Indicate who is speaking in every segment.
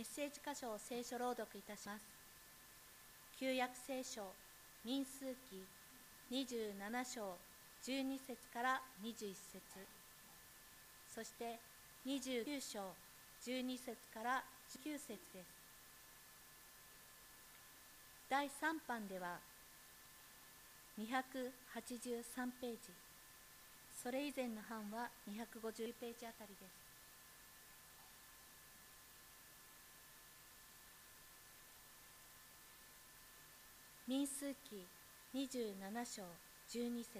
Speaker 1: ッセージ箇所を聖書朗読いたします。旧約聖書民数記27章12節から21節、そして29章12節から19節です。第3版では283ページ、それ以前の版は250ページあたりです。民数記27章12節、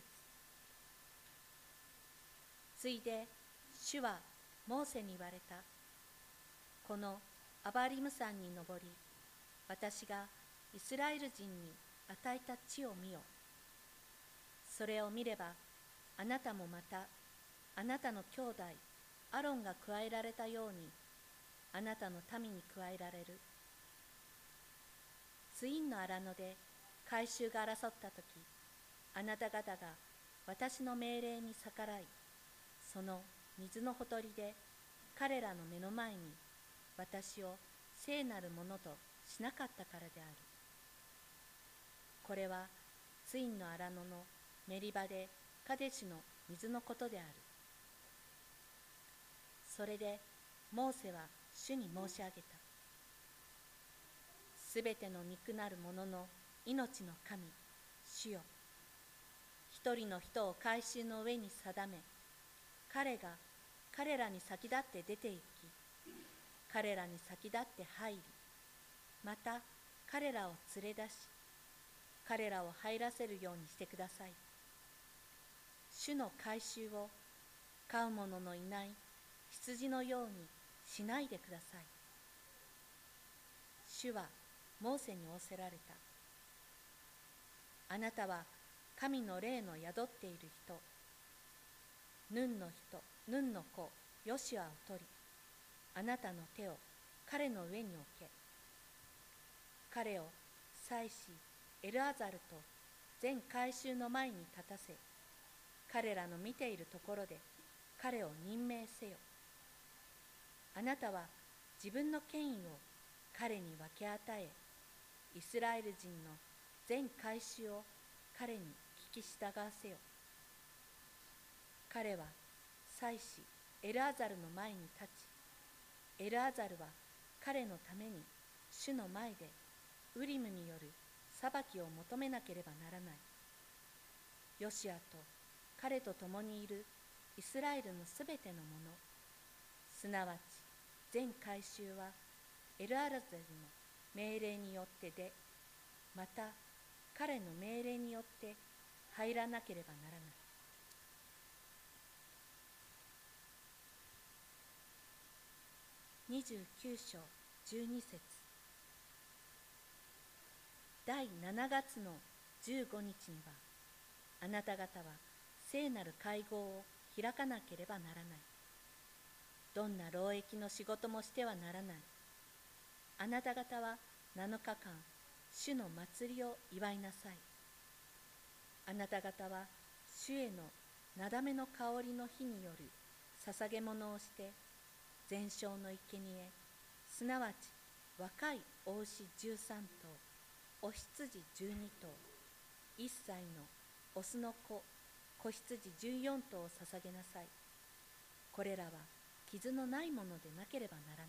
Speaker 1: ついで主はモーセに言われた。このアバリム山に登り、私がイスラエル人に与えた地を見よ。それを見れば、あなたもまたあなたの兄弟アロンが加えられたように、あなたの民に加えられる。ツインの荒野で改宗が争ったとき、あなた方が私の命令に逆らい、その水のほとりで彼らの目の前に私を聖なるものとしなかったからである。これはツインの荒野のメリバでカデシュの水のことである。それでモーセは主に申し上げた。すべての肉なるものの命の神、主よ。一人の人を改宗の上に定め、彼が彼らに先立って出て行き、彼らに先立って入り、また彼らを連れ出し、彼らを入らせるようにしてください。主の改宗を飼う者のいない羊のようにしないでください。主はモーセに仰せられた。あなたは神の霊の宿っている人、ヌンの子ヨシュアを取り、あなたの手を彼の上に置け。彼を祭司エルアザルと全改宗の前に立たせ、彼らの見ているところで彼を任命せよ。あなたは自分の権威を彼に分け与え、イスラエル人の全改宗を彼に聞き従わせよ。彼は祭司エルアザルの前に立ち、エルアザルは彼のために主の前でウリムによる裁きを求めなければならない。ヨシアと彼と共にいるイスラエルのすべてのもの、すなわち全改宗はエルアザルの命令によって出、また彼の命令によって入らなければならない。29章12節、第7月の15日には、あなた方は聖なる会合を開かなければならない。どんな労役の仕事もしてはならない。あなた方は7日間、主の祭りを祝いなさい。あなた方は主へのなだめの香りの火による捧げ物をして、全焼の生贄、すなわち若いお牛13頭、お羊12頭、1歳のオスの子、子羊14頭を捧げなさい。これらは傷のないものでなければならない。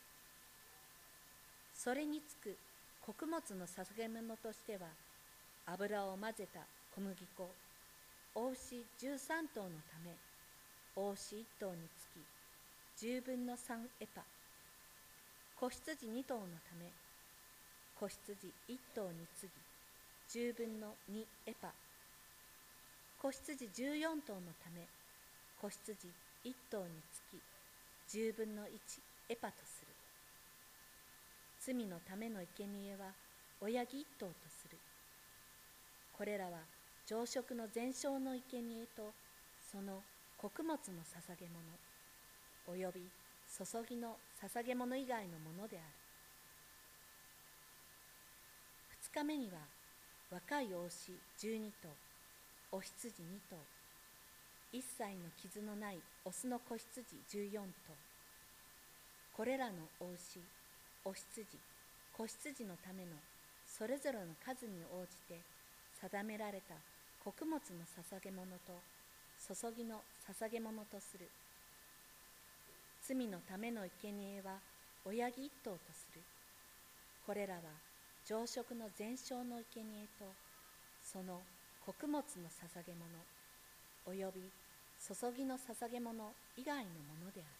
Speaker 1: それにつく穀物の捧げ物としては、油を混ぜた小麦粉、お牛13頭のため、お牛1頭につき10分の3エパ、子羊2頭のため、子羊1頭につぎ10分の2エパ、子羊14頭のため、子羊1頭につき10分の1エパとする。罪のための生贄は親木1頭とする。これらは朝食の全焼の生贄とその穀物の捧げ物、および注ぎの捧げ物以外のものである。2日目には若いお牛12頭、お羊2頭、1歳の傷のないオスの子羊14頭、これらのお牛、 お羊、子羊のためのそれぞれの数に応じて定められた穀物の捧げ物と注ぎの捧げ物とする。罪のための生贄は親木一頭とする。これらは常食の全焼の生贄とその穀物の捧げ物および注ぎの捧げ物以外のものである。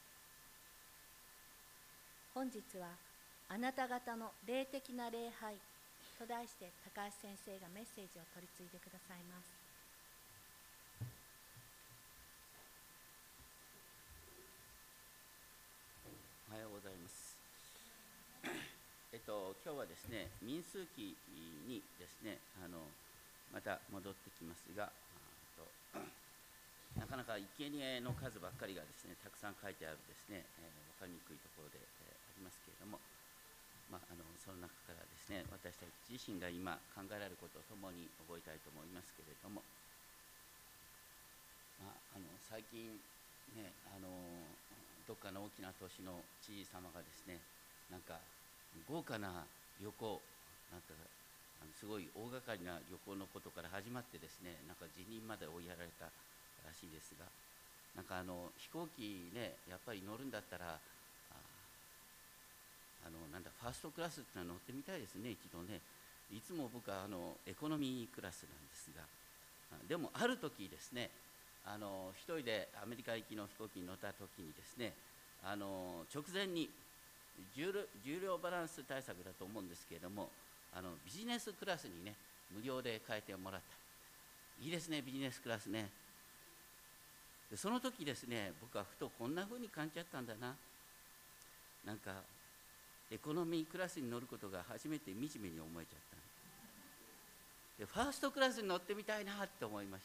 Speaker 1: 本日はあなた方の霊的な礼拝と題して高橋先生がメッセージを取り次いでくださいます。
Speaker 2: おはようございます。今日はですね、民数記にですね、また戻ってきますが、なかなか生贄の数ばっかりがですね、たくさん書いてあるですね、分かりにくいところで、ありますけれども、その中からですね、私たち自身が今考えられることをともに覚えたいと思いますけれども、最近ね、どっかの大きな都市の知事様がですね、なんか豪華な旅行、なんかすごい大掛かりな旅行のことから始まってですね、なんか辞任まで追いやられたらしいですが、なんか飛行機ね、やっぱり乗るんだったらなんだファーストクラスってのは乗ってみたいですね、一度ね。いつも僕はエコノミークラスなんですが、でもある時ですね、一人でアメリカ行きの飛行機に乗った時にですね、直前に重量バランス対策だと思うんですけれども、ビジネスクラスにね無料で変えてもらった。いいですね、ビジネスクラスね。でその時ですね、僕はふとこんな風に感じちゃったんだな。なんかエコノミークラスに乗ることが初めて惨めに思えちゃったで、ファーストクラスに乗ってみたいなって思いました。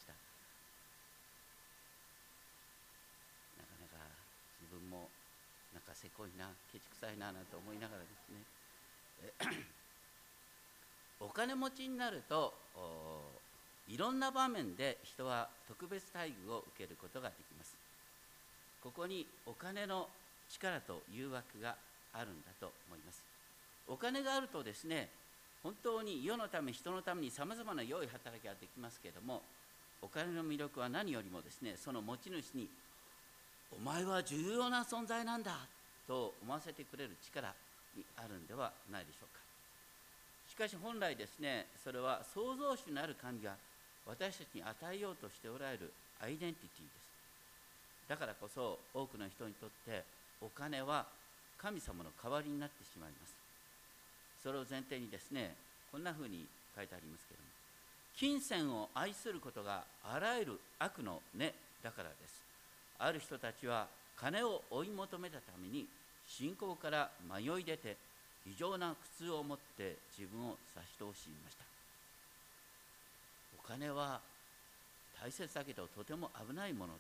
Speaker 2: なかなか自分もなんかせこいな、ケチくさいななんて思いながらですね、お金持ちになるといろんな場面で人は特別待遇を受けることができます。ここにお金の力と誘惑があるんだと思います。お金があるとですね、本当に世のため人のためにさまざまな良い働きができますけれども、お金の魅力は何よりもですね、その持ち主にお前は重要な存在なんだと思わせてくれる力にあるんではないでしょうか。しかし本来ですね、それは創造主なる神が私たちに与えようとしておられるアイデンティティです。だからこそ多くの人にとってお金は神様の代わりになってしまいます。それを前提にですね、こんなふうに書いてありますけれども、金銭を愛することがあらゆる悪の根だからです。ある人たちは金を追い求めたために信仰から迷い出て異常な苦痛を持って自分を差し通しました。お金は大切だけどとても危ないものだ。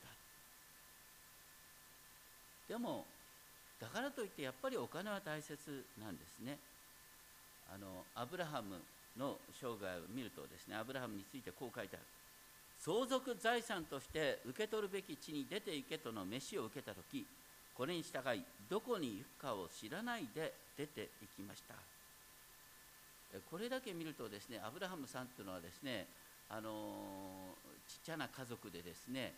Speaker 2: でもだからといってやっぱりお金は大切なんですね。アブラハムの生涯を見るとですね、アブラハムについてこう書いてある。相続財産として受け取るべき地に出て行けとの召しを受けたとき、これに従いどこに行くかを知らないで出て行きました。これだけ見るとですね、アブラハムさんというのはですね、ちっちゃな家族でですね、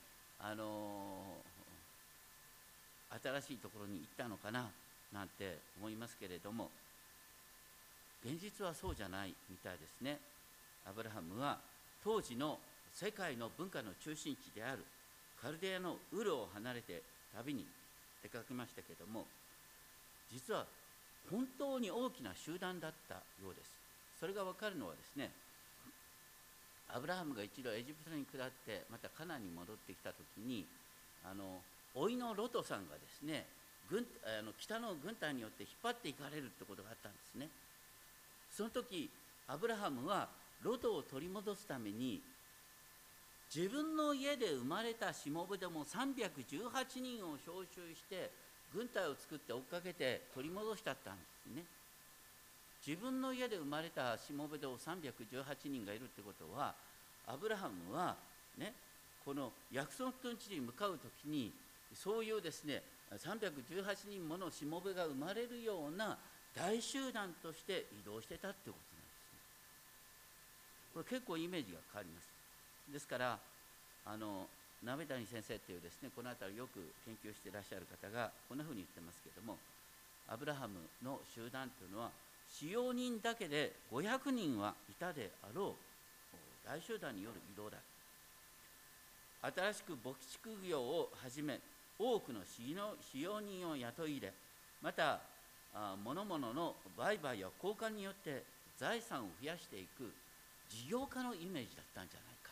Speaker 2: 新しいところに行ったのかななんて思いますけれども、現実はそうじゃないみたいですね。アブラハムは当時の世界の文化の中心地であるカルデアのウルを離れて旅に出かけましたけれども、実は本当に大きな集団だったようです。それが分かるのはですね、アブラハムが一度エジプトに下ってまたカナンに戻ってきた時に、甥いのロトさんがですね、北の軍隊によって引っ張っていかれるってことがあったんですね。その時アブラハムはロトを取り戻すために自分の家で生まれたしもべでも318人を召集して軍隊を作って追っかけて取り戻しちゃったんですね。自分の家で生まれたしもべでも318人がいるってことは、アブラハムはね、この約束の地に向かうときにそういうですね318人ものしもべが生まれるような大集団として移動してたっていうことなんですね。これ結構イメージが変わります。ですから鍋谷先生っていうですね、この辺りよく研究していらっしゃる方がこんなふうに言ってますけれども、アブラハムの集団というのは使用人だけで500人はいたであろう大集団による移動だ。新しく牧畜業を始め、多くの使用人を雇い入れ、また物々の売買や交換によって財産を増やしていく事業家のイメージだったんじゃないか、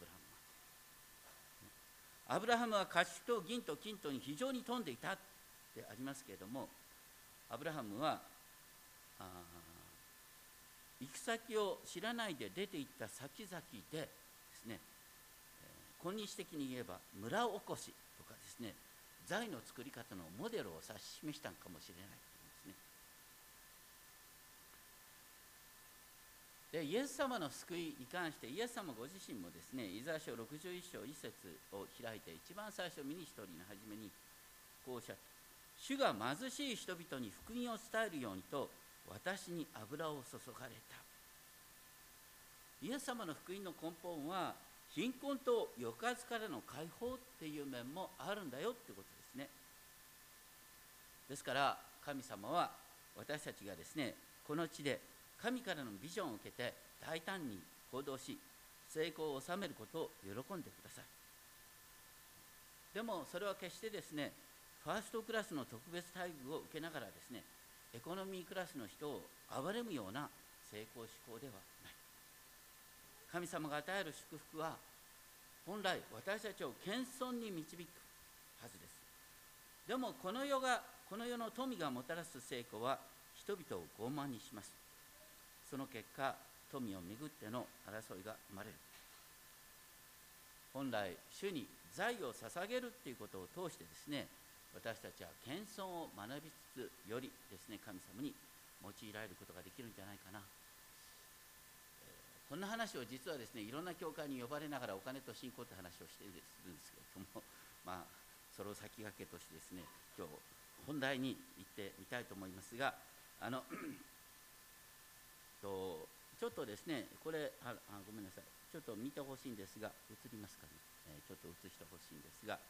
Speaker 2: アブラハムは家畜と銀と金とに非常に富んでいたってありますけれども、アブラハムは行く先を知らないで出て行った先々でですね、今日的に言えば村おこしとかですね、財の作り方のモデルを指し示したのかもしれないと思うんですね。でイエス様の救いに関してイエス様ご自身もですね、イザヤ書61章1節を開いて一番最初ミニストリーの初めにこうおっしゃって、主が貧しい人々に福音を伝えるようにと私に油を注がれた。イエス様の福音の根本は貧困と余活からの解放っていう面もあるんだよってことですね。ですから神様は私たちがですね、この地で神からのビジョンを受けて大胆に行動し成功を収めることを喜んでください。でもそれは決してですね、ファーストクラスの特別待遇を受けながらですね、エコノミークラスの人を憐れむような成功志向ではない。神様が与える祝福は本来私たちを謙遜に導くはずです。でもこの世の富がもたらす成功は人々を傲慢にします。その結果、富をめぐっての争いが生まれる。本来主に財を捧げるっていうことを通してですね、私たちは謙遜を学びつつよりですね、神様に用いられることができるんじゃないかな。こんな話を実はですね、いろんな教会に呼ばれながらお金と信仰って話をしているんですけれども、それを先駆けとしてですね、今日本題に行ってみたいと思いますが、ちょっとですね、これごめんなさい、ちょっと見てほしいんですが、映りますかね、ちょっと映してほしいんですが、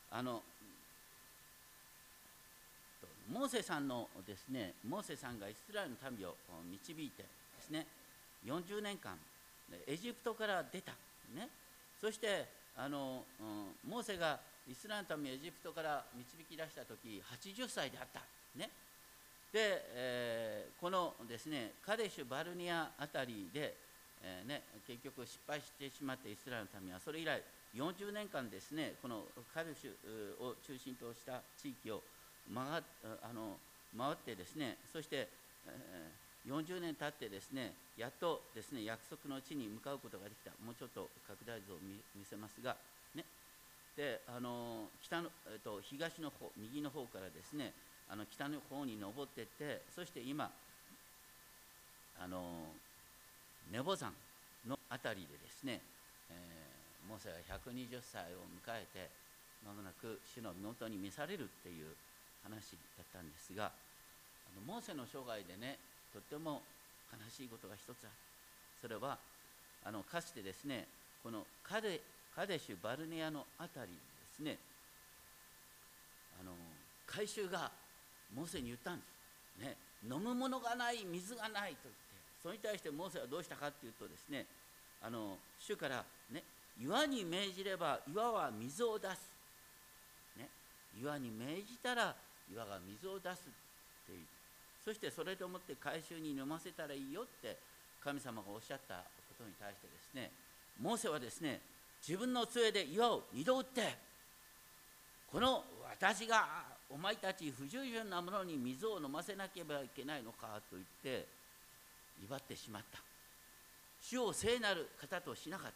Speaker 2: モーセさんのですね、モーセさんがイスラエルの民を導いてですね、40年間エジプトから出た、ね、そしてモーセがイスラエルの民をエジプトから導き出した時80歳であった、ね、で、このですねカデシュ・バルニアあたりで、結局失敗してしまったイスラエルの民はそれ以来40年間ですね、このカデシュを中心とした地域を回ってですね、そして、40年経ってですね、やっとですね約束の地に向かうことができた。もうちょっと拡大図を見せますが、ね、で東の方、右の方からですね北の方に登っていって、そして今ネボ山のあたりでですね、モーセが120歳を迎えてまもなく主の身元に召されるっていう話だったんですが、モーセの生涯でね、とっても悲しいことが一つある。それはかつてですね、このカデシュ・バルネアのあたりにですね、改宗がモーセに言ったんです、ね、飲むものがない、水がないと言って、それに対してモーセはどうしたかというとですね、主から、ね、岩に命じれば岩は水を出す、ね、岩に命じたら岩が水を出すっていう、そしてそれと思って改宗に飲ませたらいいよって神様がおっしゃったことに対してですね、モーセはですね、自分の杖で岩を2度打って、この私がお前たち不従順な者に水を飲ませなければいけないのかと言って威張ってしまった。主を聖なる方としなかった。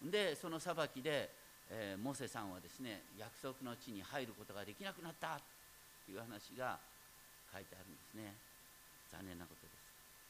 Speaker 2: でその裁きで、モーセさんはですね約束の地に入ることができなくなったという話が書いてあるんですね。残念なことです。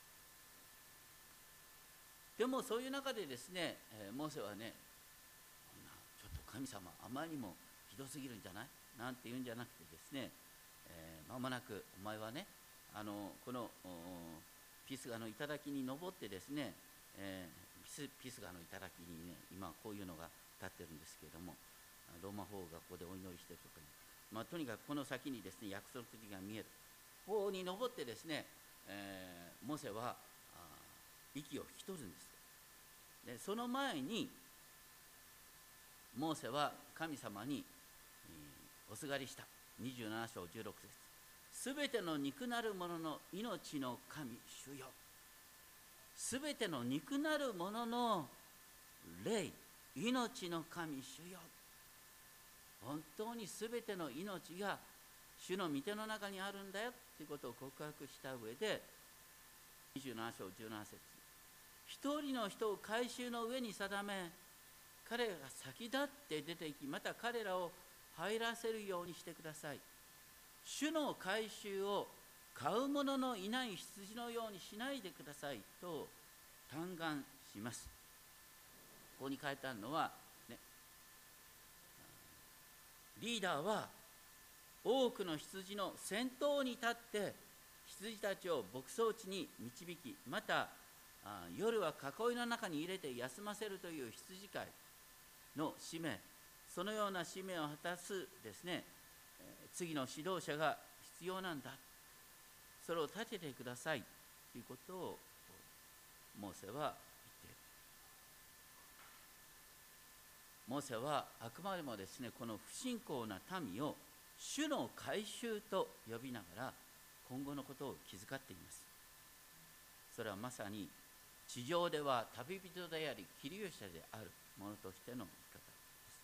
Speaker 2: でもそういう中でですね、モーセはね、ちょっと神様あまりにもひどすぎるんじゃないなんて言うんじゃなくてですね、間もなくお前はね、 このピスガの頂に登ってですね、ピスガの頂にね、今こういうのが立ってるんですけれども、ローマ法がここでお祈りしているところに、とにかくこの先にですね、約束地が見える。ここに登ってですね、モーセは息を引き取るんです。でその前にモーセは神様に、おすがりした。27章16節。すべての肉なるものの命の神主よ。すべての肉なるものの霊、命の神主よ。本当にすべての命が主の御手の中にあるんだよということを告白した上で、27章17節。一人の人を改宗の上に定め、彼が先立って出て行き、また彼らを入らせるようにしてください。主の改宗を飼う者のいない羊のようにしないでくださいと嘆願します。ここに書いてあるのは、ね、リーダーは多くの羊の先頭に立って羊たちを牧草地に導き、また夜は囲いの中に入れて休ませるという羊飼いの使命、そのような使命を果たすですね、次の指導者が必要なんだ、それを立ててくださいということをモーセは言っている。モーセはあくまでもですね、この不信仰な民を主の改宗と呼びながら今後のことを気遣っています。それはまさに地上では旅人であり寄留者である者としての生き方です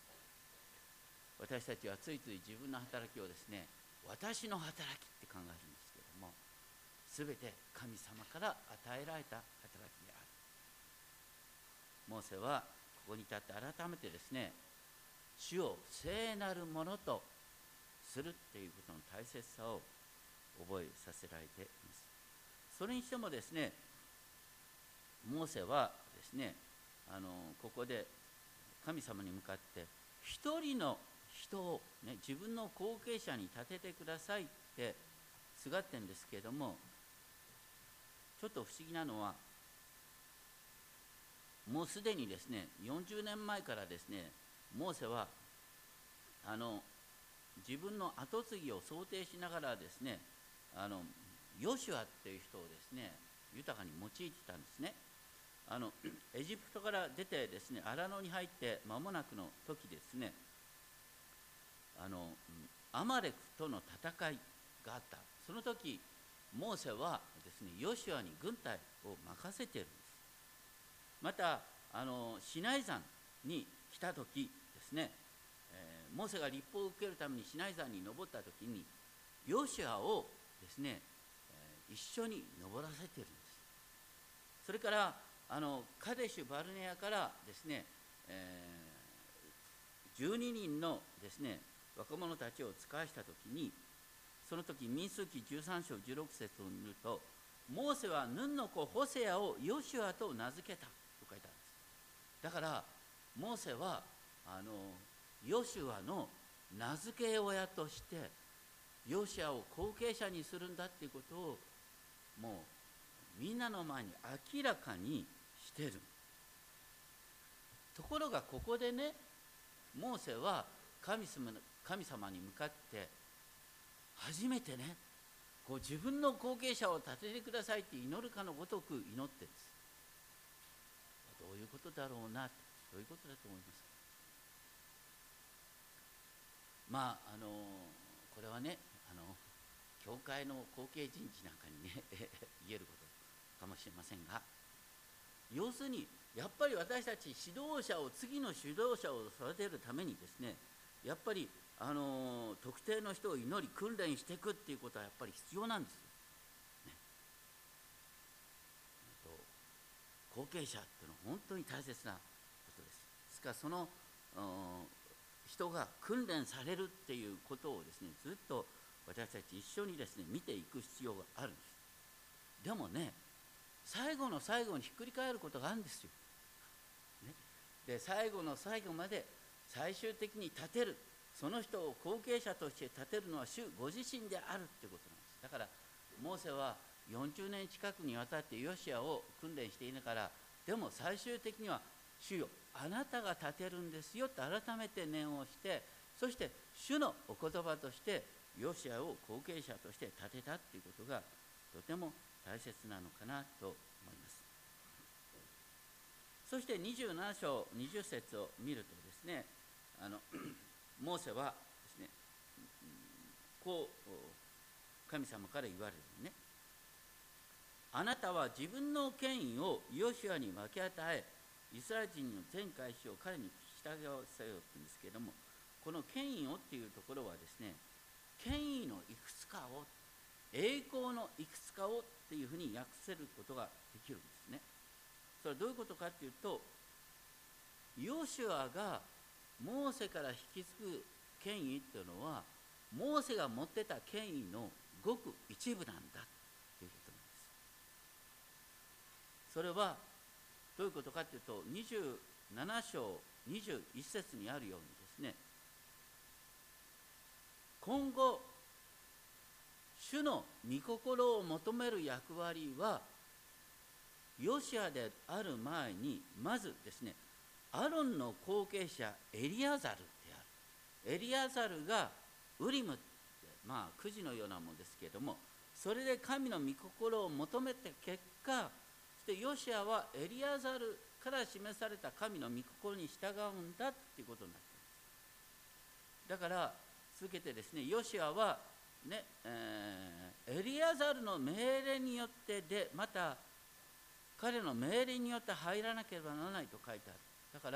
Speaker 2: 。私たちはついつい自分の働きをですね、私の働きって考えるんですけれども、すべて神様から与えられた働きである。モーセはここに立って改めてですね、主を聖なるものとするっていうことの大切さを覚えさせられています。それにしてもですね、モーセはですね、ここで神様に向かって一人の人を、ね、自分の後継者に立ててくださいってすがってるんですけれども、ちょっと不思議なのは、もうすでにですね、40年前からですね、モーセは自分の跡継ぎを想定しながらですね、ヨシュアっていう人をですね、豊かに用いてたんですね。エジプトから出てですね、荒野に入って間もなくの時ですね、アマレクとの戦いがあった。その時モーセはですね、ヨシュアに軍隊を任せているんです。またシナイ山に来た時ですね、モーセが立法を受けるためにシナイ山に登った時にヨシュアをですね、一緒に登らせているんです。それからカデシュバルネアからですね、12人のですね若者たちを使わした時に、その時民数記13章16節を見ると、モーセはヌンの子ホセアをヨシュアと名付けたと書いてあるんです。だからモーセはヨシュアの名付け親としてヨシュアを後継者にするんだっていうことをもうみんなの前に明らかにしてる。ところがここでね、モーセは神様に向かって初めてね、こう自分の後継者を立ててくださいって祈るかのごとく祈ってるんです。どういうことだろうな、どういうことだと思いますか。まあこれはね、教会の後継人事なんかにね言えることかもしれませんが、要するにやっぱり私たち指導者を、次の指導者を育てるためにですね、やっぱり特定の人を祈り訓練していくっていうことはやっぱり必要なんですよ、ね。後継者っていうのは本当に大切なことです。ですからその人が訓練されるっていうことをですね、ずっと私たち一緒にですね見ていく必要があるんです。でもね、最後の最後にひっくり返ることがあるんですよ、ね。で最後の最後まで最終的に立てる、その人を後継者として立てるのは主ご自身であるっていうことなんです。だからモーセは40年近くにわたってヨシアを訓練していながら、でも最終的には主よあなたが立てるんですよと改めて念をして、そして主のお言葉としてヨシアを後継者として立てたということがとても大切なのかなと思います。そして27章20節を見るとですね、モーセはですね、こう神様から言われるね、あなたは自分の権威をヨシュアに分け与え、イスラエル人の全会衆を彼に従わせようというんですけれども、この権威をっていうところはですね、権威のいくつかを、栄光のいくつかをっていうふうに訳せることができるんですね。それはどういうことかっていうと、ヨシュアがモーセから引き継ぐ権威っていうのは、モーセが持ってた権威のごく一部なんだということなんです。それはどういうことかというと、27章21節にあるようにですね、今後主の御心を求める役割はヨシュアである前に、まずですね、アロンの後継者エリアザルである。エリアザルがウリムって、くじのようなものですけれども、それで神の御心を求めた結果、そしてヨシュアはエリアザルから示された神の御心に従うんだっていうことになっています。だから続けてですね、ヨシュアはね、エリアザルの命令によってで、また彼の命令によって入らなければならないと書いてある。だから、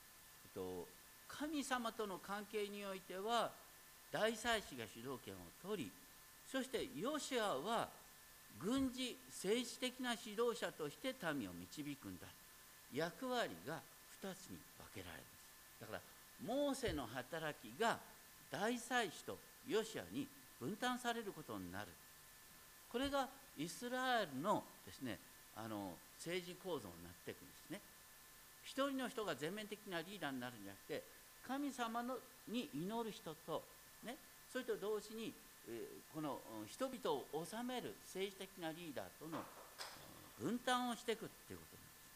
Speaker 2: 神様との関係においては大祭司が主導権を取り、そしてヨシュアは軍事政治的な指導者として民を導くんだ。役割が2つに分けられます。だからモーセの働きが大祭司とヨシュアに分担されることになる。これがイスラエルのですね、政治構造になっていくんですね。一人の人が全面的なリーダーになるんじゃなくて、神様に祈る人と、ね、それと同時に、この人々を治める政治的なリーダーとの分担をしていくっていうこと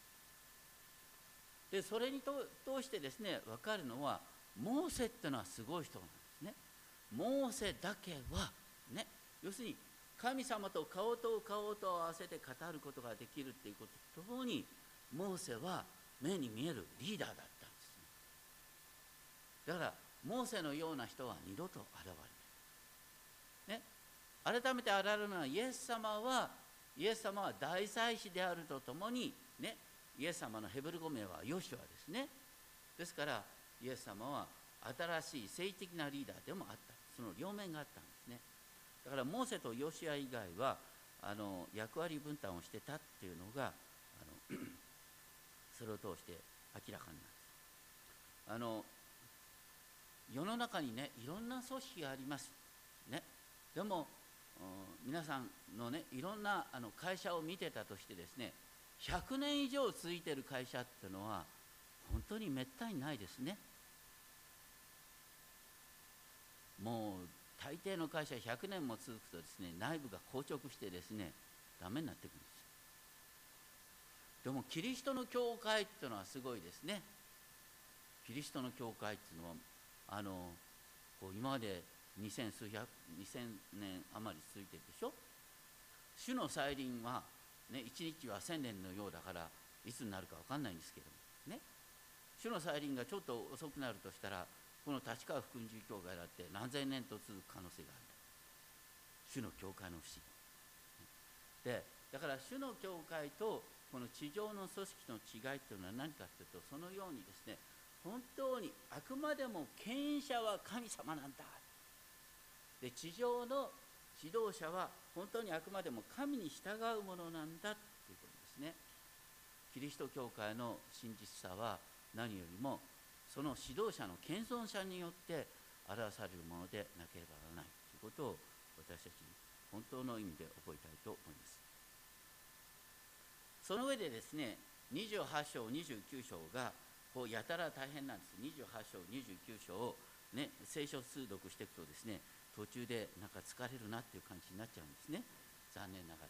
Speaker 2: なんです。でそれに通してですね、分かるのは、モーセっていうのはすごい人なんですね。モーセだけはね、要するに神様と顔と顔と合わせて語ることができるっていうこととともに、モーセは目に見えるリーダーだったんですね。だからモーセのような人は二度と現れない、ね、改めて現れるのは、イエス様は大祭司であるとともに、ね、イエス様のヘブル語名はヨシュアですね。ですからイエス様は新しい政治的なリーダーでもあった。その両面があったんですね。だからモーセとヨシュア以外は役割分担をしてたっていうのがそれを通して明らかになる。世の中にね、いろんな組織があります、ね、でも皆さんのね、いろんな会社を見てたとしてですね、100年以上続いている会社っていうのは本当にめったにないですね。もう大抵の会社100年も続くとですね、内部が硬直してですね、ダメになってくるんです。でもキリストの教会っていうのはすごいですね。キリストの教会っていうのはこう今まで2000年余り続いてるでしょ。主の再臨は、ね、1日は1000年のようだからいつになるか分かんないんですけどもね、主の再臨がちょっと遅くなるとしたら、この立川福音寺教会だって何千年と続く可能性がある。主の教会の不思議で、だから主の教会とこの地上の組織の違いというのは何かというと、そのようにですね、本当にあくまでも権威者は神様なんだ。で地上の指導者は本当にあくまでも神に従うものなんだということですね。キリスト教会の真実さは何よりもその指導者の謙遜者によって表されるものでなければならないということを、私たちに本当の意味で覚えたいと思います。その上でですね、28章29章がこうやたら大変なんです。28章29章を、ね、聖書通読していくとですね、途中でなんか疲れるなっていう感じになっちゃうんですね。 残念ながら。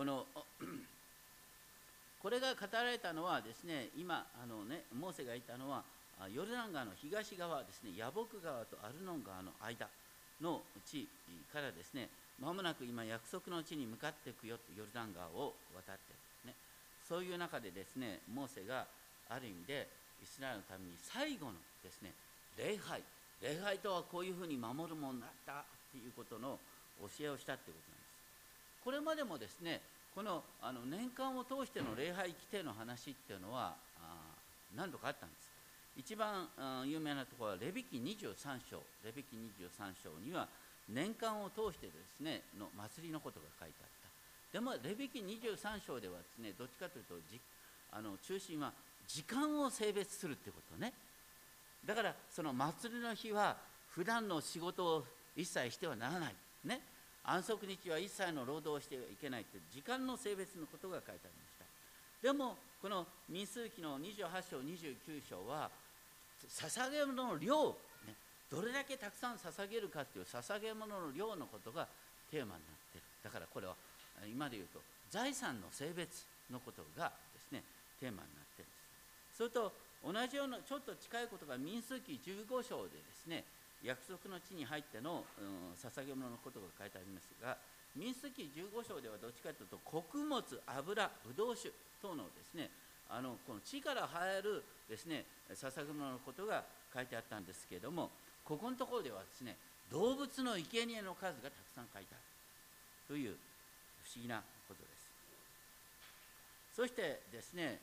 Speaker 2: これが語られたのはですね、今モーセがいたのはヨルダン川の東側ですね、ヤボク川とアルノン川の間の地からですね、まもなく今約束の地に向かっていくよと、ヨルダン川を渡ってね、そういう中でですね、モーセがある意味でイスラエルのために最後のですね、礼拝とはこういうふうに守るものだったということの教えをしたということなんです。これまでもですね、この年間を通しての礼拝規定の話っていうのは何度かあったんです。一番有名なところはレビ記23章には年間を通してですねの祭りのことが書いてあった。でもレビ記23章ではですね、どっちかというと中心は時間を性別するってことね。だからその祭りの日は普段の仕事を一切してはならないね、安息日は一切の労働をしてはいけないという時間の性別のことが書いてありました。でもこの民数記の28章29章は捧げ物の量、ね、どれだけたくさん捧げるかという捧げ物の量のことがテーマになっている。だからこれは今で言うと財産の性別のことがですねテーマになっているんです。それと同じようなちょっと近いことが民数記15章でですね、約束の地に入っての、捧げ物のことが書いてありますが、民数記15章ではどっちかというと穀物、油、ブドウ酒等のですね、この地から生えるですね捧げ物のことが書いてあったんですけれども、ここのところではですね動物の生贄の数がたくさん書いてあるという不思議なことです。そしてですね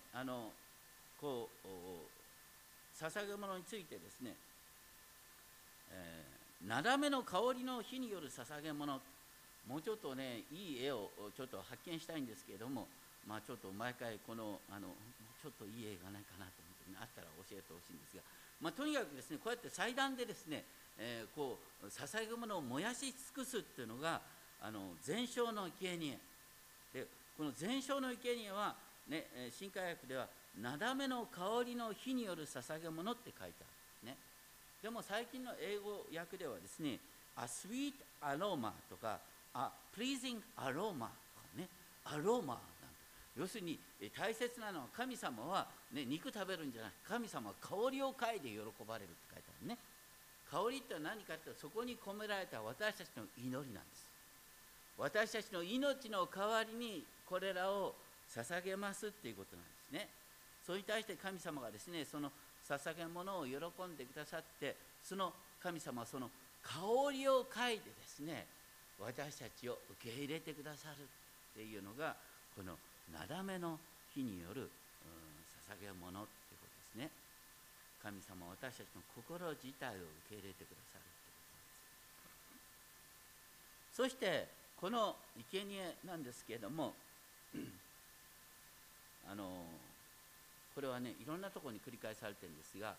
Speaker 2: 捧げ物についてですね、なだめの香りの火による捧げ物、もうちょっとねいい絵をちょっと発見したいんですけれども、ちょっと毎回ちょっといい絵がないかなと思って、ね、あったら教えてほしいんですが、とにかくですねこうやって祭壇でですね、捧げ物を燃やし尽くすっていうのが全焼の生贄で、この全焼の生贄は、ね、新海訳ではなだめの香りの火による捧げ物って書いてあるね。でも最近の英語訳ではですね、A sweet aroma とかA pleasing aroma とかね、アロマなんて、要するに大切なのは神様は、ね、肉食べるんじゃない、神様は香りを嗅いで喜ばれるって書いてあるね。香りって何かっていうと、そこに込められた私たちの祈りなんです。私たちの命の代わりにこれらを捧げますっていうことなんですね。それに対して神様がですね、その捧げ物を喜んでくださって、その神様はその香りを嗅いでですね、私たちを受け入れてくださるっていうのが、このなだめの火による捧げ物っていうことですね。神様は私たちの心自体を受け入れてくださるってことなんです。そしてこの生贄なんですけれどもこれはねいろんなところに繰り返されてるんですが、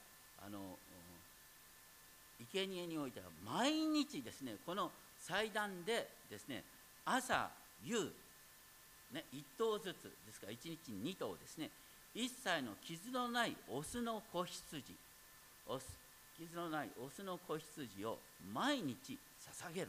Speaker 2: 生贄においては毎日ですね、この祭壇でですね、朝夕、ね、1頭ずつですから1日に2頭ですね、一切の傷のないオスの子羊、傷のないオスの子羊を毎日捧げる。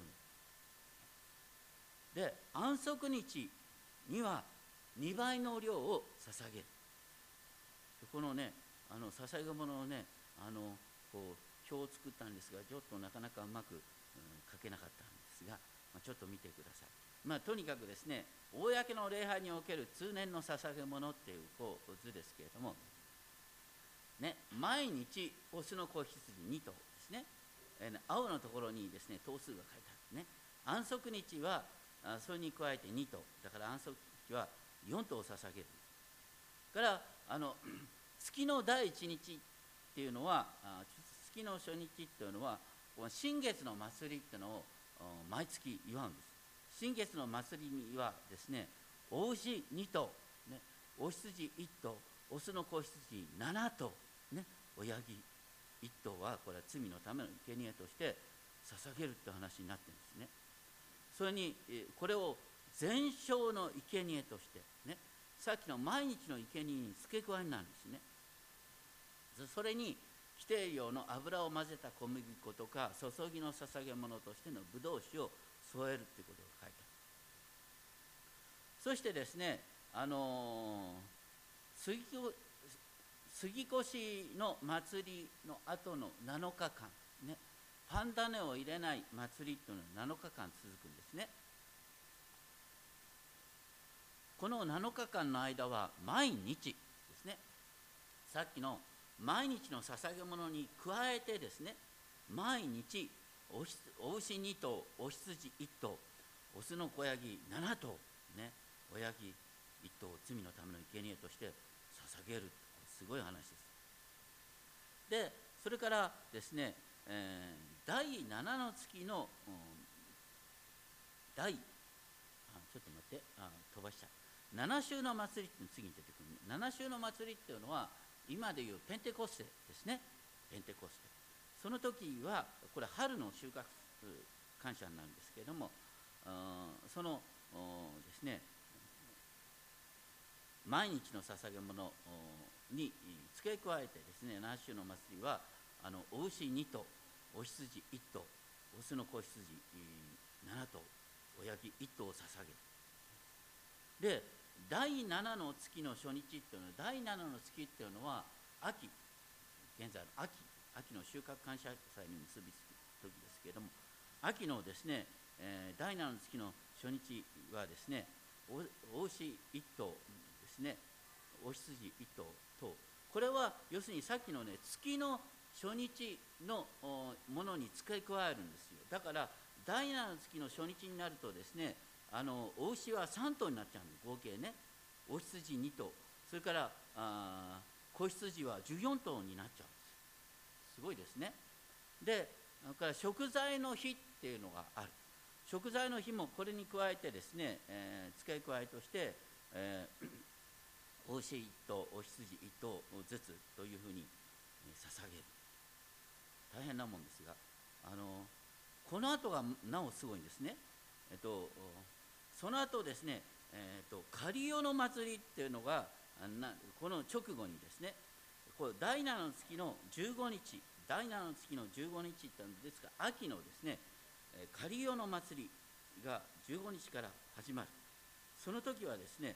Speaker 2: で安息日には2倍の量を捧げる。このね捧げ物をね表を作ったんですが、ちょっとなかなかうまく、書けなかったんですが、ちょっと見てください。とにかくですね、公の礼拝における通年の捧げ物っていう図ですけれども、ね、毎日オスの子羊2頭ですね、青のところにですね頭数が書いてあるね。安息日はそれに加えて2頭だから、安息日は4頭捧げる。から月の第1日っていうのは、月の初日っていうのは新月の祭りっていうのを毎月祝うんです。新月の祭りにはですね、お牛2頭、ね、お羊1頭、オスの子羊7頭、ね、親木1頭はこれは罪のための生贄として捧げるって話になってるんですね。それにこれを全焼の生贄として、ね、さっきの毎日の生贄に付け加えになるんですね。それに規定量の油を混ぜた小麦粉とか注ぎの捧げ物としてのブドウ酒を添えるということが書いてそしてですね、杉越の祭りの後の7日間ね、パンダネを入れない祭りというのは7日間続くんですね。この7日間の間は毎日ですね、さっきの毎日の捧げ物に加えてですね、毎日お牛2頭、お羊1頭、オスの子ヤギ7頭ね、親ヤギ1頭を罪のための生贄として捧げる、すごい話です。でそれからですね、第7の月の、ちょっと待って、飛ばしちゃう。7週の祭りっていうの次に出てくる。7週の祭りっていうのは今でいうペンテコステですね。ペンテコステ、その時はこれ春の収穫感謝になるんですけれども、そのですね、毎日の捧げ物に付け加えてですね、7週の祭りはお牛2頭、お羊1頭、オスの子羊7頭、親ヤギ1頭を捧げる。で第7の月の初日っていうのは、第7の月っていうのは秋、現在の秋の収穫感謝祭に結びつく時ですけれども、秋のですね、第7の月の初日はですね、お牛1頭ですね、お羊1頭と、これは要するにさっきのね、月の初日のものに付け加えるんですよ。だから第7の月の初日になるとですね、お牛は3頭になっちゃうんです、合計ね。お羊2頭、それから子羊は14頭になっちゃうんです。すごいですね。でそれから食材の日っていうのがある。食材の日もこれに加えてですね、付け加えとして、お牛1頭、お羊1頭ずつというふうに捧げる。大変なもんですが、この後がなおすごいんですね。その後ですね、カリオの祭りっていうのがこの直後にですね、これ第7の月の15日、第7の月の15日ってんですが、秋のですね、カリオの祭りが15日から始まる。その時はですね、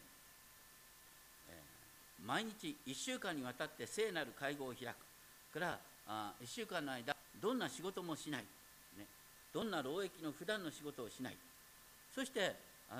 Speaker 2: 毎日1週間にわたって聖なる会合を開くから、1週間の間どんな仕事もしない、ね、どんな労役の普段の仕事をしない。そして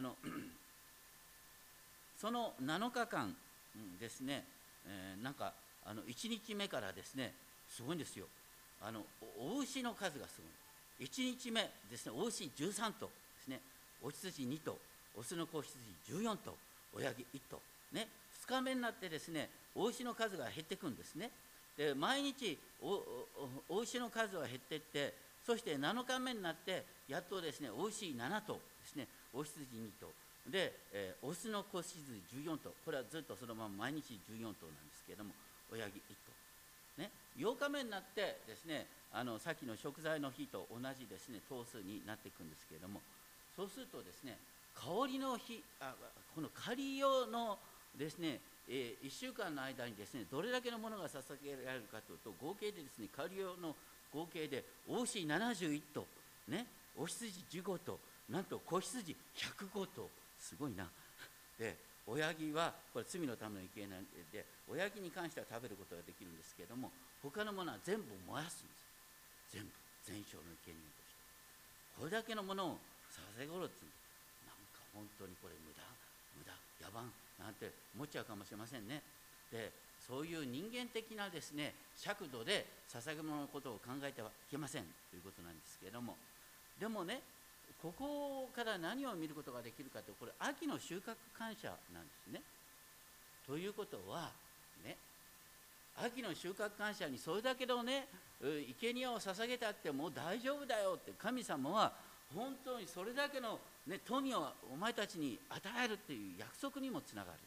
Speaker 2: その7日間ですね、なんか1日目からですね、すごいんですよ。お牛の数がすごい。1日目ですね、お牛13頭ですね、お羊2頭、オスの子羊14頭、親ヤギ1頭ね。2日目になってですね、お牛の数が減っていくんですね。で毎日 お牛の数は減っていって、そして7日目になってやっとですね、お牛7頭ですね、お羊2頭で、オスの子羊14頭、これはずっとそのまま毎日14頭なんですけれども、親ヤギ1頭ね。8日目になってですね、さっきの食材の日と同じですね、頭数になっていくんですけれども、そうするとですね、香りの日、このカリオのですね、1週間の間にですね、どれだけのものが捧げられるかというと、合計でですね、カリオの合計でお牛71頭ね、お羊15頭、なんと子羊105頭、すごいな。で親ヤギはこれ罪のための生贄で、親ヤギに関しては食べることができるんですけれども、他のものは全部燃やすんです。全部全焼の生贄として、これだけのものを捧げろっていう、なんか本当にこれ無駄野蛮なんて思っちゃうかもしれませんね。でそういう人間的なですね尺度で捧げ物のことを考えてはいけませんということなんですけれども、でもね、ここから何を見ることができるかと、これ秋の収穫感謝なんですね。ということはね、秋の収穫感謝にそれだけのね生贄を捧げたってもう大丈夫だよって、神様は本当にそれだけの、ね、富をお前たちに与えるっていう約束にもつながるんです。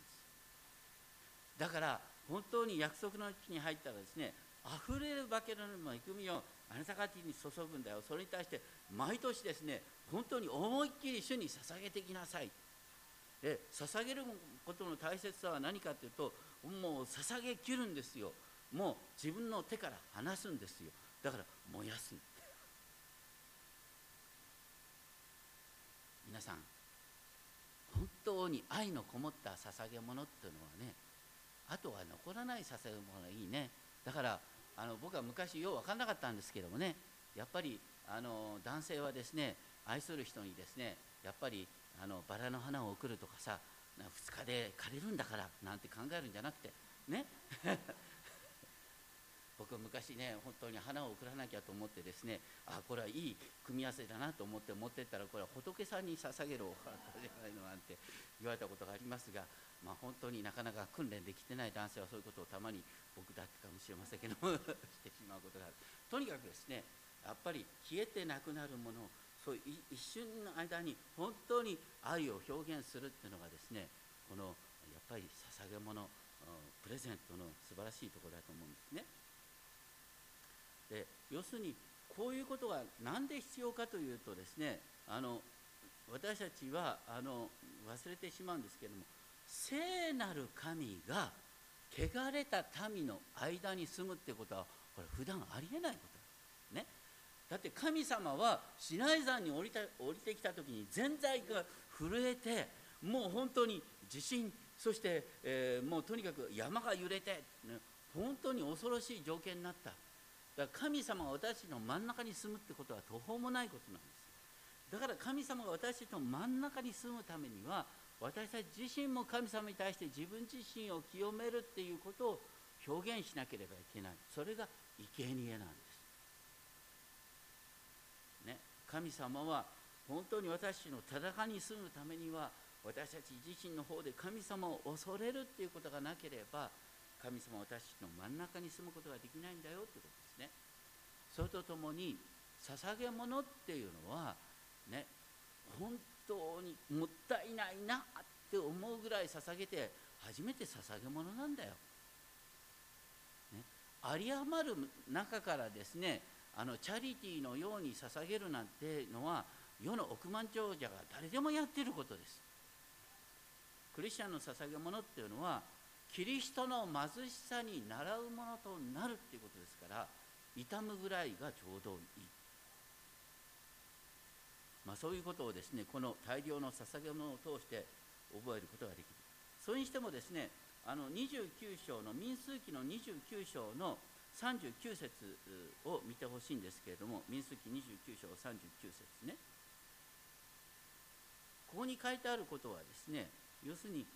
Speaker 2: だから本当に約束の地に入ったらですね、あふれるばかりの恵みをあなた方に注ぐんだよ。それに対して毎年ですね、本当に思いっきり主に捧げてきなさい。で捧げることの大切さは何かというと、もう捧げきるんですよ。もう自分の手から離すんですよ。だから燃やす。皆さん、 本当に愛のこもった捧げ物っていうのはね、あとは残らない捧げ物がいいね。だから僕は昔よう分かんなかったんですけどもね、やっぱり男性はですね、愛する人にですね、やっぱりバラの花を贈るとかさ、2日で枯れるんだからなんて考えるんじゃなくてね僕昔ね、本当に花を贈らなきゃと思ってですね、これはいい組み合わせだなと思って持ってったら、これは仏さんに捧げるお花じゃないのなんて言われたことがありますが、本当になかなか訓練できてない男性はそういうことをたまに僕だけかもしれませんけどもしてしまうことがある。とにかくですね、やっぱり消えてなくなるもの、そういう一瞬の間に本当に愛を表現するっていうのがですね、このやっぱり捧げ物、プレゼントの素晴らしいところだと思うんですね。で、要するにこういうことが何で必要かというとですね、私たちは忘れてしまうんですけれども、聖なる神が汚れた民の間に住むってことは、これ普段ありえないことですね。だって神様はシナイ山に降りてきた時に全財が震えて、もう本当に地震、そして、もうとにかく山が揺れて、ね、本当に恐ろしい条件になった。だから神様が私の真ん中に住むってことは途方もないことなんです。だから神様が私の真ん中に住むためには、私たち自身も神様に対して自分自身を清めるっていうことを表現しなければいけない。それが生贄なんです、ね、神様は本当に私のただ中に住むためには、私たち自身の方で神様を恐れるっていうことがなければ、神様は私の真ん中に住むことができないんだよってことですね。それとともに捧げ物っていうのはね、本当にもったいないなって思うぐらい捧げて初めて捧げ物なんだよ、ね、有り余る中からですね、チャリティーのように捧げるなんてのは世の億万長者が誰でもやっていることです。クリスチャンの捧げ物っていうのはキリストの貧しさに倣うものとなるっていうことですから、痛むぐらいがちょうどいい。そういうことをですね、この大量の捧げ物を通して覚えることができる。それにしてもですね、29章の民数記の29章の39節を見てほしいんですけれども、民数記29章39節ね。ここに書いてあることはですね、要するに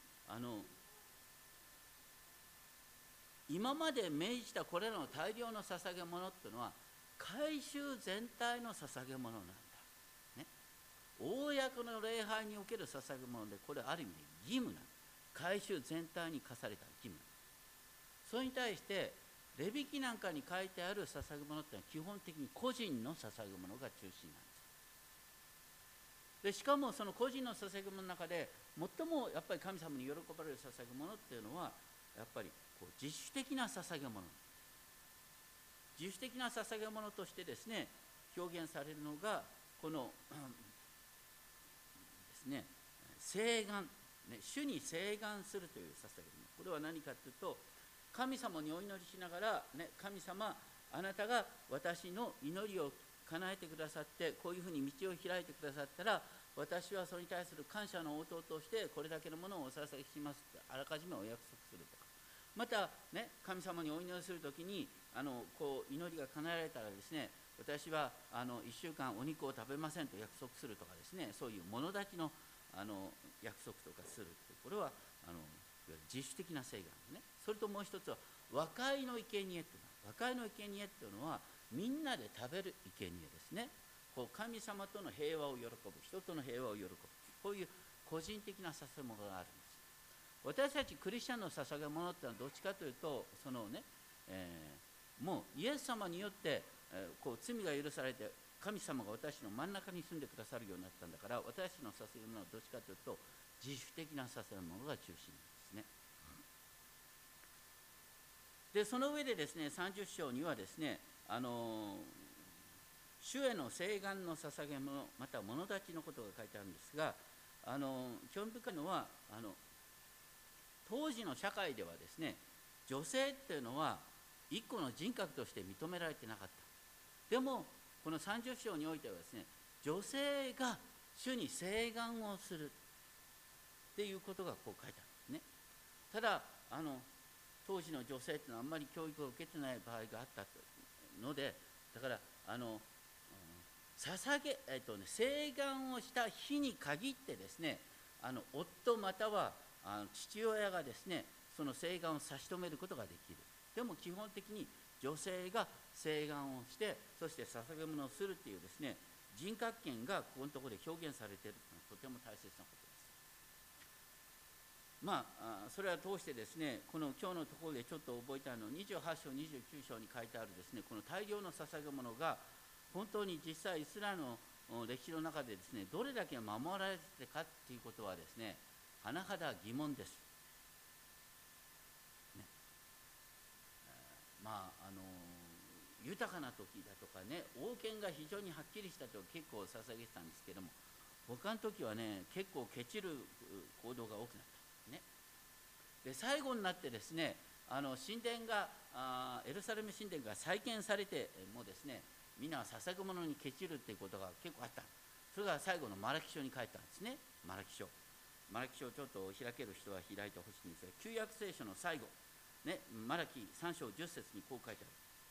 Speaker 2: 今まで命じたこれらの大量の捧げ物っていうのは改宗全体の捧げ物なんだ、ね、公の礼拝における捧げ物で、これある意味で義務なんだ。改宗全体に課された義務。それに対してレビ記なんかに書いてある捧げ物ってのは基本的に個人の捧げ物が中心なんです。でしかもその個人の捧げ物の中で最もやっぱり神様に喜ばれる捧げ物っていうのはやっぱり自主的な捧げ物。自主的な捧げ物としてですね、表現されるのがこの、ですね、請願、ね、主に請願するという捧げ物。これは何かというと、神様にお祈りしながら、ね、神様、あなたが私の祈りを叶えてくださって、こういうふうに道を開いてくださったら、私はそれに対する感謝の応答としてこれだけのものをお捧げしますってあらかじめお約束するとか、また、ね、神様にお祈りするときにこう祈りが叶えられたらですね、私は1週間お肉を食べませんと約束するとかですね、そういう物立ちの約束とかするって、これは自主的な請願ですね。それともう一つは和解の生贄っていうのは、和解の生贄っていうのはみんなで食べる生贄ですね。こう神様との平和を喜ぶ、人との平和を喜ぶ、こういう個人的な捧げ物があるんです。私たちクリスチャンの捧げ物ってのはどっちかというと、そのね、もうイエス様によって、こう罪が許されて神様が私の真ん中に住んでくださるようになったんだから、私の捧げ物はどっちかというと自主的な捧げ物が中心ですね。でその上でですね、30章にはですね、主への請願の捧げ物、また物立ちのことが書いてあるんですが、興味深いのは当時の社会ではですね、女性っていうのは一個の人格として認められてなかった。でもこの30章においてはですね、女性が主に請願をする、 っていうことがこう書いてあるんですね。ただ当時の女性っていうのはあんまり教育を受けてない場合があったので、だから請願をした日に限ってですね、夫または父親がですね、その請願を差し止めることができる。でも基本的に女性が請願をして、そして捧げ物をするっていうですね、人格権がここのところで表現されているのはとても大切なことです。それは通してですね、この今日のところでちょっと覚えた28章29章に書いてあるですね、この大量の捧げ物が本当に実際イスラエルの歴史の中でですね、どれだけ守られてかっていうことはですね、甚だ疑問です、ね。豊かな時だとかね、王権が非常にはっきりしたと結構捧げてたんですけども、他の時はね、結構ケチる行動が多くなった。ね、で最後になってですね、神殿がエルサレム神殿が再建されてもですね、みんな捧げ物にケチるっていうことが結構あった。それが最後のマラキ書に書いたんですね。マラキ書をちょっと開ける人は開いてほしいんですが、旧約聖書の最後、ね、マラキ3章10節にこう書いてある。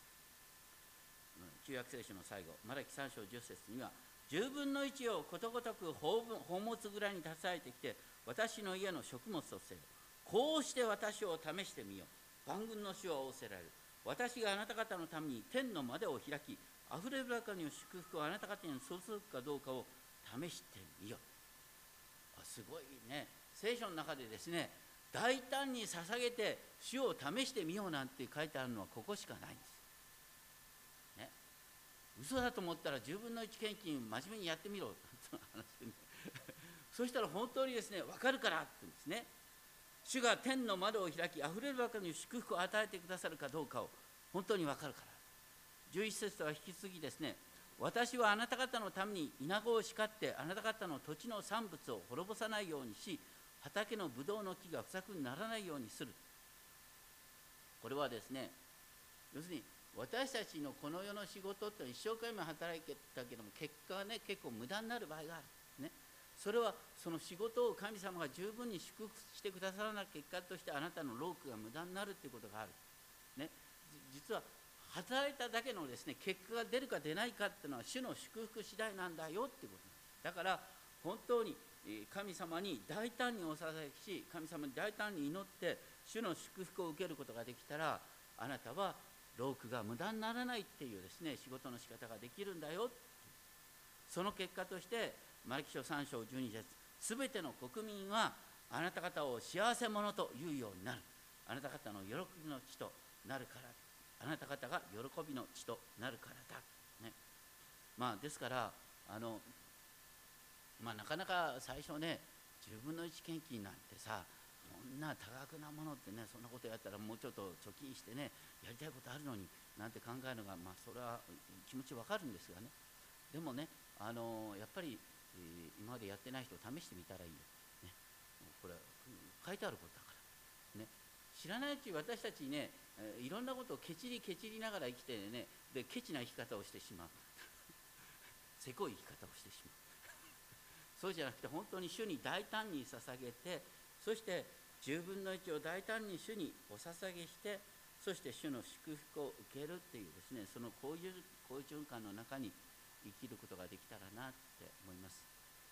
Speaker 2: 旧約聖書の最後、マラキ3章10節には、10分の1をことごとく宝物蔵に携えてきて、私の家の食物とせよ。こうして私を試してみよう。万軍の主を仰せられる。私があなた方のために天の窓を開き、あふれるばかりの祝福をあなた方に注ぐかどうかを試してみよう。すごいね。聖書の中でですね、大胆に捧げて主を試してみようなんて書いてあるのはここしかないんです。ね、嘘だと思ったら10分の1献金真面目にやってみろと話してねそしたら本当にですね、分かるからって言うんですね。主が天の窓を開き、あふれるばかりの祝福を与えてくださるかどうかを本当に分かるから。11節とは引き継ぎですね、私はあなた方のために稲子を叱って、あなた方の土地の産物を滅ぼさないようにし、畑のブドウの木が不作にならないようにする。これはですね、要するに私たちのこの世の仕事って一生懸命働いたけども、結果はね、結構無駄になる場合がある、ね。それはその仕事を神様が十分に祝福してくださらない結果として、あなたの労苦が無駄になるということがある、ね。実は働いただけのですね、結果が出るか出ないかっていうのは主の祝福次第なんだよっていうことなんです。だから本当に神様に大胆にお捧げし、神様に大胆に祈って主の祝福を受けることができたら、あなたは労苦が無駄にならないっていうですね、仕事の仕方ができるんだよ。その結果としてマラキ書3章12節、すべての国民はあなた方を幸せ者と言うようになる。あなた方の喜びの地となるから、あなた方が喜びの地となるからだ、ね。ですからなかなか最初ね、10分の1献金なんてさ、こんな多額なものってね、そんなことやったらもうちょっと貯金してね、やりたいことあるのになんて考えるのが、それは気持ちわかるんですがね。でもね、やっぱり、今までやってない人を試してみたらいいよ、ね。これ書いてあることだから、ね。知らないうち私たちね、いろんなことをケチりながら生きてね、でケチな生き方をしてしまうせこい生き方をしてしまうそうじゃなくて、本当に主に大胆に捧げて、そして10分の1を大胆に主にお捧げして、そして主の祝福を受けるっていうですね、そのこういう循環の中に生きることができたらなって思います。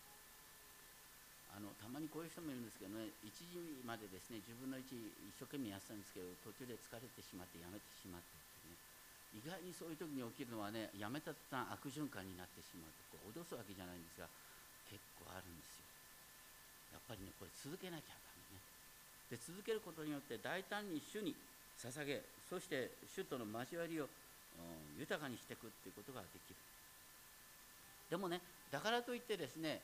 Speaker 2: たまにこういう人もいるんですけどね、1時までですね、10分の1一生懸命やってたんですけど、途中で疲れてしまってやめてしまってってね、意外にそういう時に起きるのはね、やめた途端悪循環になってしまうと、こう脅すわけじゃないんですが、結構あるんですよ。やっぱりね、これ続けなきゃダメね。で続けることによって大胆に主に捧げ、そして主との交わりを豊かにしていくっていうことができる。でもね、だからといってですね、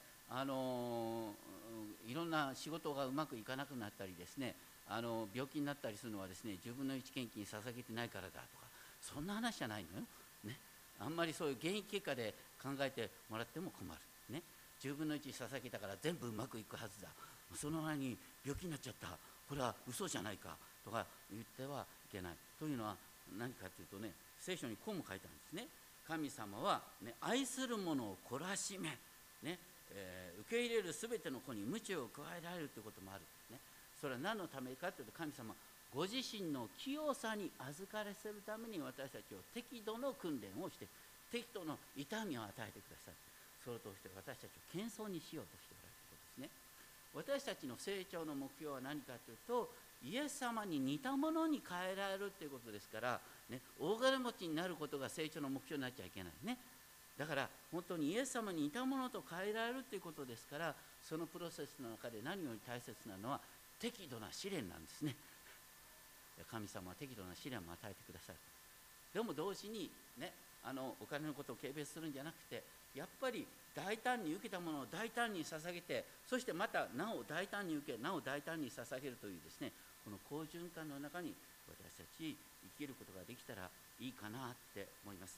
Speaker 2: いろんな仕事がうまくいかなくなったりですね、病気になったりするのはですね、10分の1献金捧げてないからだとか、そんな話じゃないのよ、ね。あんまりそういう現役結果で考えてもらっても困る、ね。10分の1捧げたから全部うまくいくはずだ、その前に病気になっちゃった、これは嘘じゃないかとか言ってはいけない。というのは何かというとね、聖書にこうも書いてあるんですね。神様は、ね、愛する者を懲らしめ、ね、 受け入れるすべての子に鞭を加えられるということもある、ね、それは何のためかというと、神様ご自身の清さに預からせるために私たちを適度の訓練をして、適度の痛みを与えてください。それを通して私たちを謙遜にしようとしておられることですね。私たちの成長の目標は何かというと、イエス様に似たものに変えられるということですから、ね、大金持ちになることが成長の目標になっちゃいけないね。だから本当にイエス様に似たものと変えられるということですから、そのプロセスの中で何より大切なのは適度な試練なんですね。神様は適度な試練も与えてくださる。でも同時にね、お金のことを軽蔑するんじゃなくて、やっぱり大胆に受けたものを大胆に捧げて、そしてまたなお大胆に受け、なお大胆に捧げるというですね、この好循環の中に私たち生きることができたらいいかなって思います。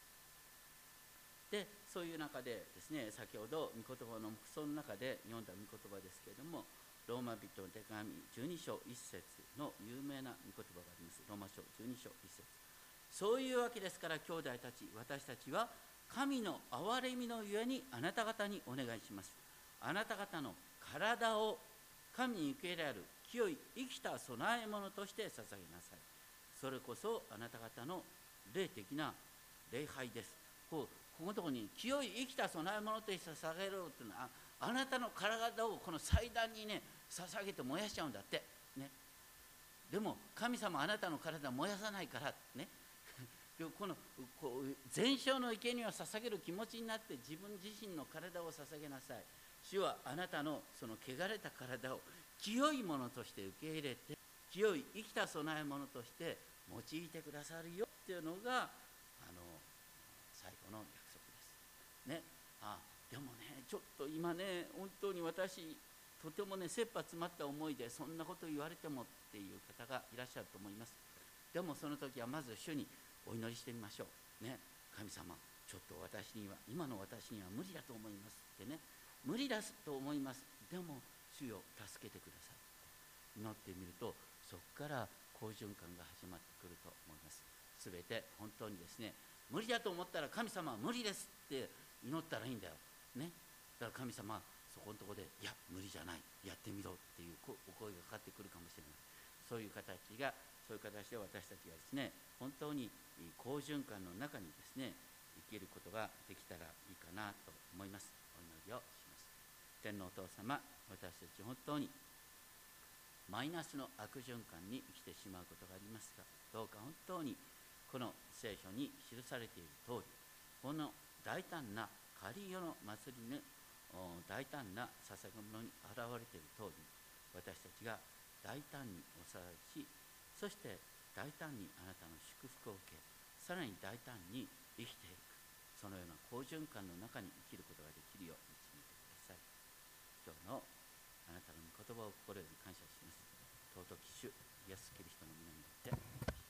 Speaker 2: で、そういう中でですね、先ほど御言葉の黙想の中で読んだ御言葉ですけれども、ローマ人の手紙12章1節の有名な御言葉があります。ローマ書12章1節。そういうわけですから、兄弟たち、私たちは神の憐れみのゆえにあなた方にお願いします。あなた方の体を神に受け入れられる清い生きた供え物として捧げなさい。それこそあなた方の霊的な礼拝です。ここのところに清い生きた供え物として捧げるというのは、あなたの体をこの祭壇にね捧げて燃やしちゃうんだってね。でも神様あなたの体を燃やさないからねこの全焼の生贄を捧げる気持ちになって自分自身の体を捧げなさい。主はあなたのその汚れた体を清いものとして受け入れて、清い生きた供え物として用いてくださるよっていうのが最後の約束ですね。でもね、ちょっと今ね、本当に私とてもね切羽詰まった思いでそんなこと言われてもっていう方がいらっしゃると思います。でもその時はまず主にお祈りしてみましょうね。神様、ちょっと私には今の私には無理だと思いますってね、無理だと思います、でも主よ助けてください。祈ってみると、そこから好循環が始まってくると思います。すべて本当にですね、無理だと思ったら神様は無理ですって祈ったらいいんだよね。だから神様はそこのところで、いや無理じゃない、やってみろっていうお声がかかってくるかもしれない。そういう形で私たちがですね、本当に好循環の中にですね生きることができたらいいかなと思います。お祈りをします。天のお父様、私たち本当にマイナスの悪循環に生きてしまうことがありますが、どうか本当にこの聖書に記されている通り、この大胆なカリオの祭りの大胆な捧げ物に現れている通り、私たちが大胆にお捧げし、そして大胆にあなたの祝福を受け、さらに大胆に生きていく、そのような好循環の中に生きることができるよう導いてください。今日のあなたの御言葉を心より感謝します。尊き主イエス・キリストの皆によって